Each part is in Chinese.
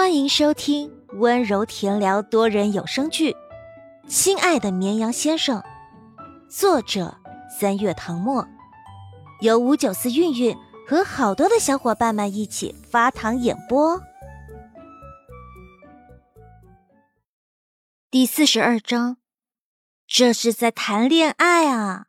欢迎收听温柔甜聊多人有声剧《亲爱的绵羊先生》，作者三月唐末，由594韵韵和好多的小伙伴们一起发糖演播。第42章，这是在谈恋爱啊！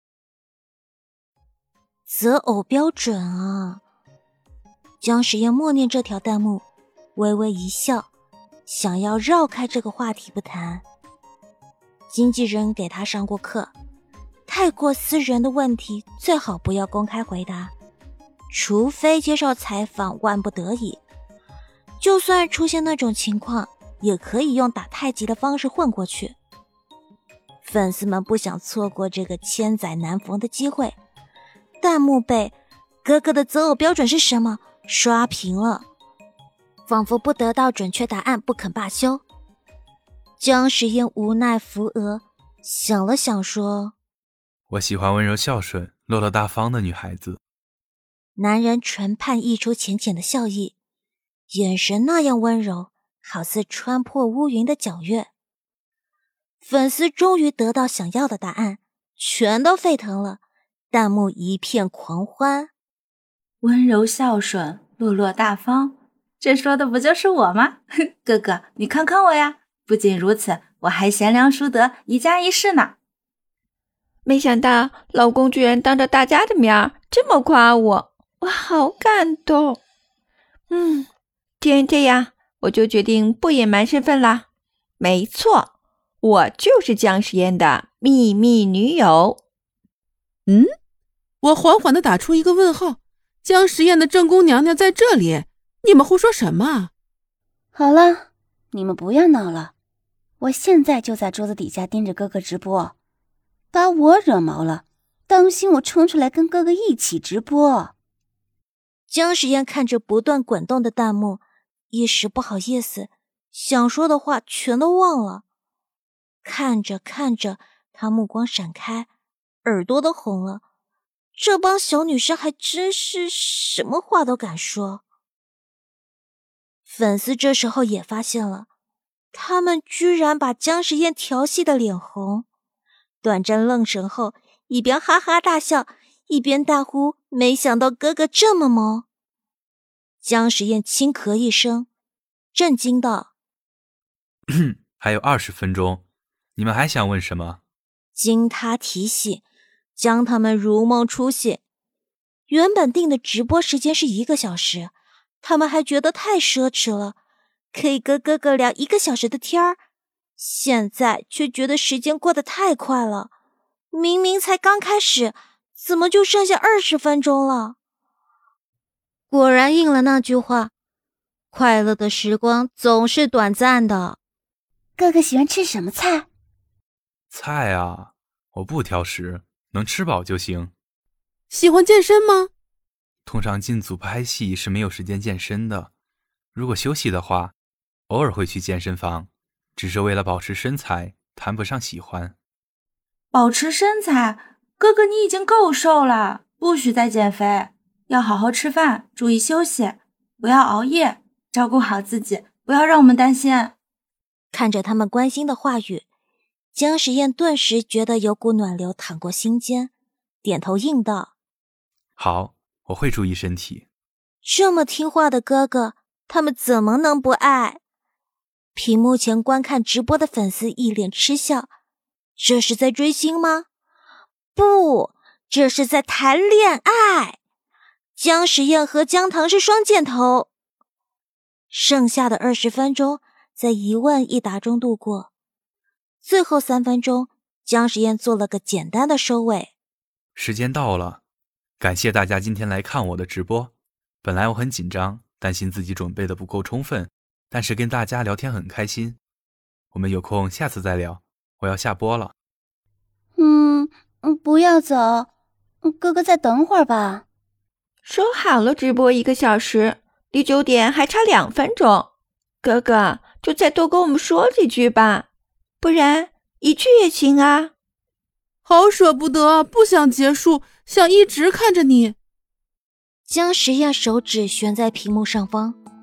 择偶标准啊！姜时彦默念这条弹幕，微微一笑，想要绕开这个话题不谈。经纪人给他上过课，太过私人的问题最好不要公开回答，除非接受采访万不得已。就算出现那种情况，也可以用打太极的方式混过去。粉丝们不想错过这个千载难逢的机会，弹幕被哥哥的择偶标准是什么刷屏了，仿佛不得到准确答案不肯罢休。姜时彦无奈扶额，想了想说， 我喜欢温柔孝顺落落大方的女孩子。 男人唇畔溢出浅浅的笑意，眼神那样温柔，好似穿破乌云的皎月。粉丝终于得到想要的答案，全都沸腾了，弹幕一片狂欢。 温柔孝顺落落大方，这说的不就是我吗？哥哥你看看我呀，不仅如此，我还贤良淑德一家一室呢。 没想到老公居然当着大家的面这么夸我，我好感动。既然这样，我就决定不隐瞒身份啦。没错，我就是姜时彦的秘密女友。 我缓缓地打出一个问号，姜时彦的正宫娘娘在这里，你们胡说什么？ 好了，你们不要闹了，我现在就在桌子底下盯着哥哥直播，把我惹毛了，当心我冲出来跟哥哥一起直播。 姜时彦看着不断滚动的弹幕，一时不好意思，想说的话全都忘了。看着看着，他目光闪开，耳朵都红了。这帮小女生还真是什么话都敢说。粉丝这时候也发现了，他们居然把姜时彦调戏的脸红。短暂愣神后，一边哈哈大笑，一边大呼没想到哥哥这么萌。姜时彦轻咳一声，震惊道， 还有20分钟，你们还想问什么？ 经他提醒，将他们如梦初醒。原本定的直播时间是1个小时，他们还觉得太奢侈了，可以跟哥哥聊1个小时的天儿，现在却觉得时间过得太快了，明明才刚开始，怎么就剩下20分钟了？果然应了那句话，快乐的时光总是短暂的。 哥哥喜欢吃什么菜？ 菜啊，我不挑食，能吃饱就行。 喜欢健身吗？ 通常进组拍戏是没有时间健身的，如果休息的话，偶尔会去健身房，只是为了保持身材，谈不上喜欢。 保持身材？哥哥你已经够瘦了，不许再减肥，要好好吃饭，注意休息，不要熬夜，照顾好自己，不要让我们担心。 看着他们关心的话语，姜时彦顿时觉得有股暖流淌过心间，点头应道， 好，我会注意身体。 这么听话的哥哥，他们怎么能不爱？屏幕前观看直播的粉丝一脸嗤笑，这是在追星吗？不，这是在谈恋爱。姜时彦和姜糖是双箭头。剩下的20分钟在一问一答中度过，最后3分钟，姜时彦做了个简单的收尾。 时间到了，感谢大家今天来看我的直播。本来我很紧张，担心自己准备的不够充分，但是跟大家聊天很开心。我们有空下次再聊，我要下播了。 不要走，哥哥再等会儿吧。 说好了直播1个小时，离9点还差2分钟，哥哥就再多跟我们说几句吧，不然1句也行啊。 好舍不得，不想结束，想一直看着你。 姜时彦手指悬在屏幕上方，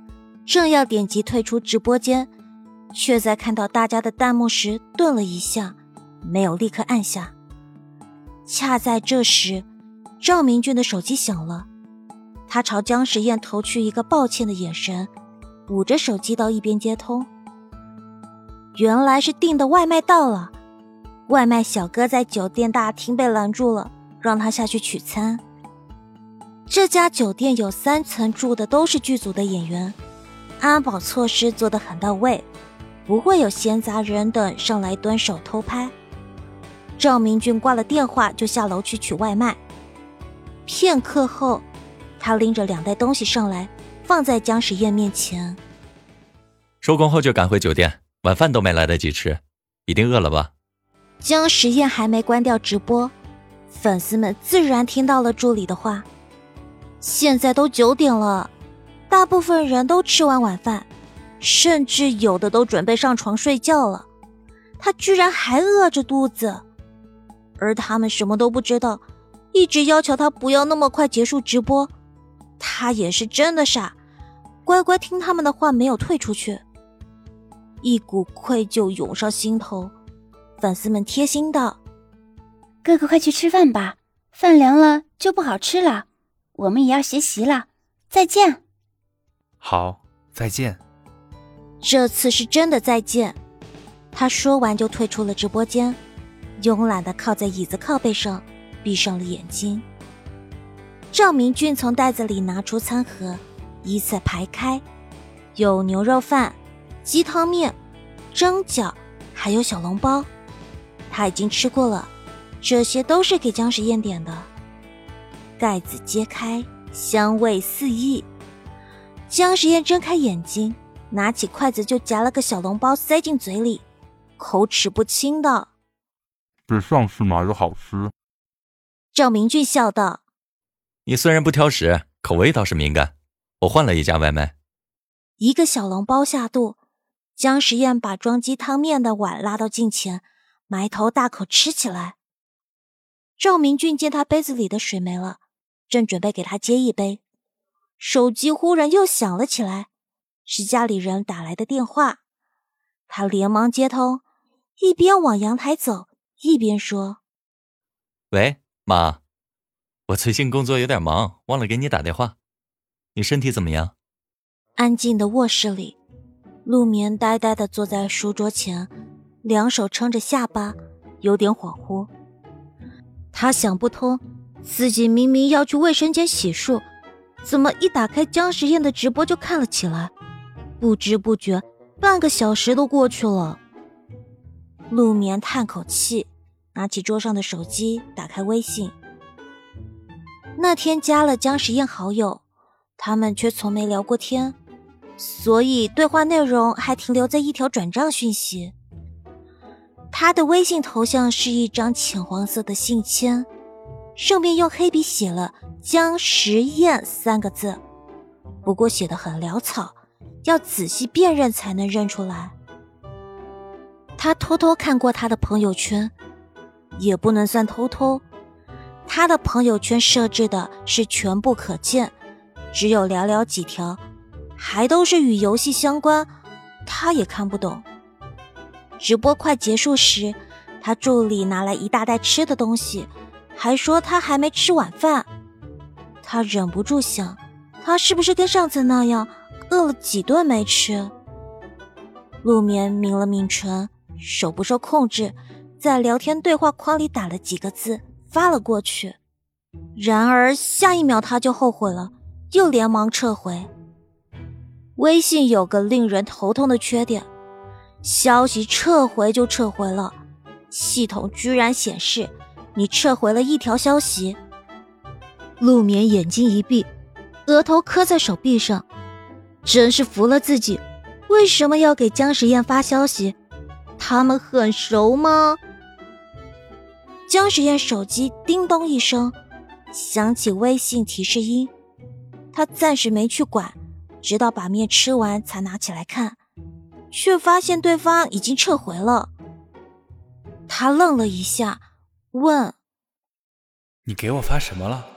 正要点击退出直播间，却在看到大家的弹幕时顿了一下，没有立刻按下。恰在这时，赵明俊的手机响了，他朝姜时宴投去一个抱歉的眼神，捂着手机到一边接通。原来是订的外卖到了，外卖小哥在酒店大厅被拦住了，让他下去取餐。这家酒店有3层，住的都是剧组的演员，安保措施做得很到位，不会有闲杂人等上来蹲守偷拍。赵明俊挂了电话就下楼去取外卖。片刻后，他拎着2袋东西上来，放在姜时宴面前。 收工后就赶回酒店，晚饭都没来得及吃，一定饿了吧？ 姜时宴还没关掉直播，粉丝们自然听到了助理的话。现在都9点了，大部分人都吃完晚饭，甚至有的都准备上床睡觉了。他居然还饿着肚子，而他们什么都不知道，一直要求他不要那么快结束直播。他也是真的傻，乖乖听他们的话，没有退出去。一股愧疚涌上心头，粉丝们贴心道： 哥哥快去吃饭吧，饭凉了就不好吃了，我们也要学习了，再见。 好，再见。 这次是真的再见。他说完就退出了直播间，慵懒地靠在椅子靠背上，闭上了眼睛。赵明俊从袋子里拿出餐盒，依次排开，有牛肉饭、鸡汤面、蒸饺，还有小笼包。他已经吃过了，这些都是给姜时宴点的。盖子揭开，香味四溢。姜时宴睁开眼睛，拿起筷子就夹了个小笼包塞进嘴里，口齿不清道： 这上次买的好吃。 赵明俊笑道： 你虽然不挑食，口味倒是敏感，我换了一家外卖。 一个小笼包下肚，姜时宴把装鸡汤面的碗拉到近前，埋头大口吃起来。赵明俊见他杯子里的水没了，正准备给他接一杯，手机忽然又响了起来，是家里人打来的电话。他连忙接通，一边往阳台走，一边说： 喂，妈，我最近工作有点忙，忘了给你打电话。你身体怎么样？ 安静的卧室里，陆眠呆呆地坐在书桌前，两手撑着下巴，有点恍惚。他想不通，自己明明要去卫生间洗漱，怎么一打开姜时宴的直播就看了起来？不知不觉半个小时都过去了。陆眠叹口气，拿起桌上的手机，打开微信。那天加了姜时宴好友，他们却从没聊过天，所以对话内容还停留在一条转账讯息。他的微信头像是一张浅黄色的信签，上面用黑笔写了姜时宴3个字，不过写得很潦草，要仔细辨认才能认出来。他偷偷看过他的朋友圈，也不能算偷偷，他的朋友圈设置的是全部可见，只有寥寥几条，还都是与游戏相关，他也看不懂。直播快结束时，他助理拿来一大袋吃的东西，还说他还没吃晚饭。他忍不住想，他是不是跟上次那样饿了几顿没吃？陆眠抿了抿唇，手不受控制，在聊天对话框里打了几个字，发了过去。然而下一秒他就后悔了，又连忙撤回。微信有个令人头痛的缺点，消息撤回就撤回了，系统居然显示你撤回了1条消息。陆眠眼睛一闭，额头磕在手臂上，真是服了自己，为什么要给姜时宴发消息？他们很熟吗？姜时宴手机叮咚一声，响起微信提示音，他暂时没去管，直到把面吃完才拿起来看，却发现对方已经撤回了。他愣了一下，问： 你给我发什么了？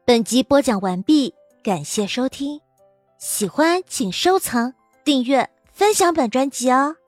本集播讲完毕，感谢收听，喜欢请收藏、订阅、分享本专辑哦。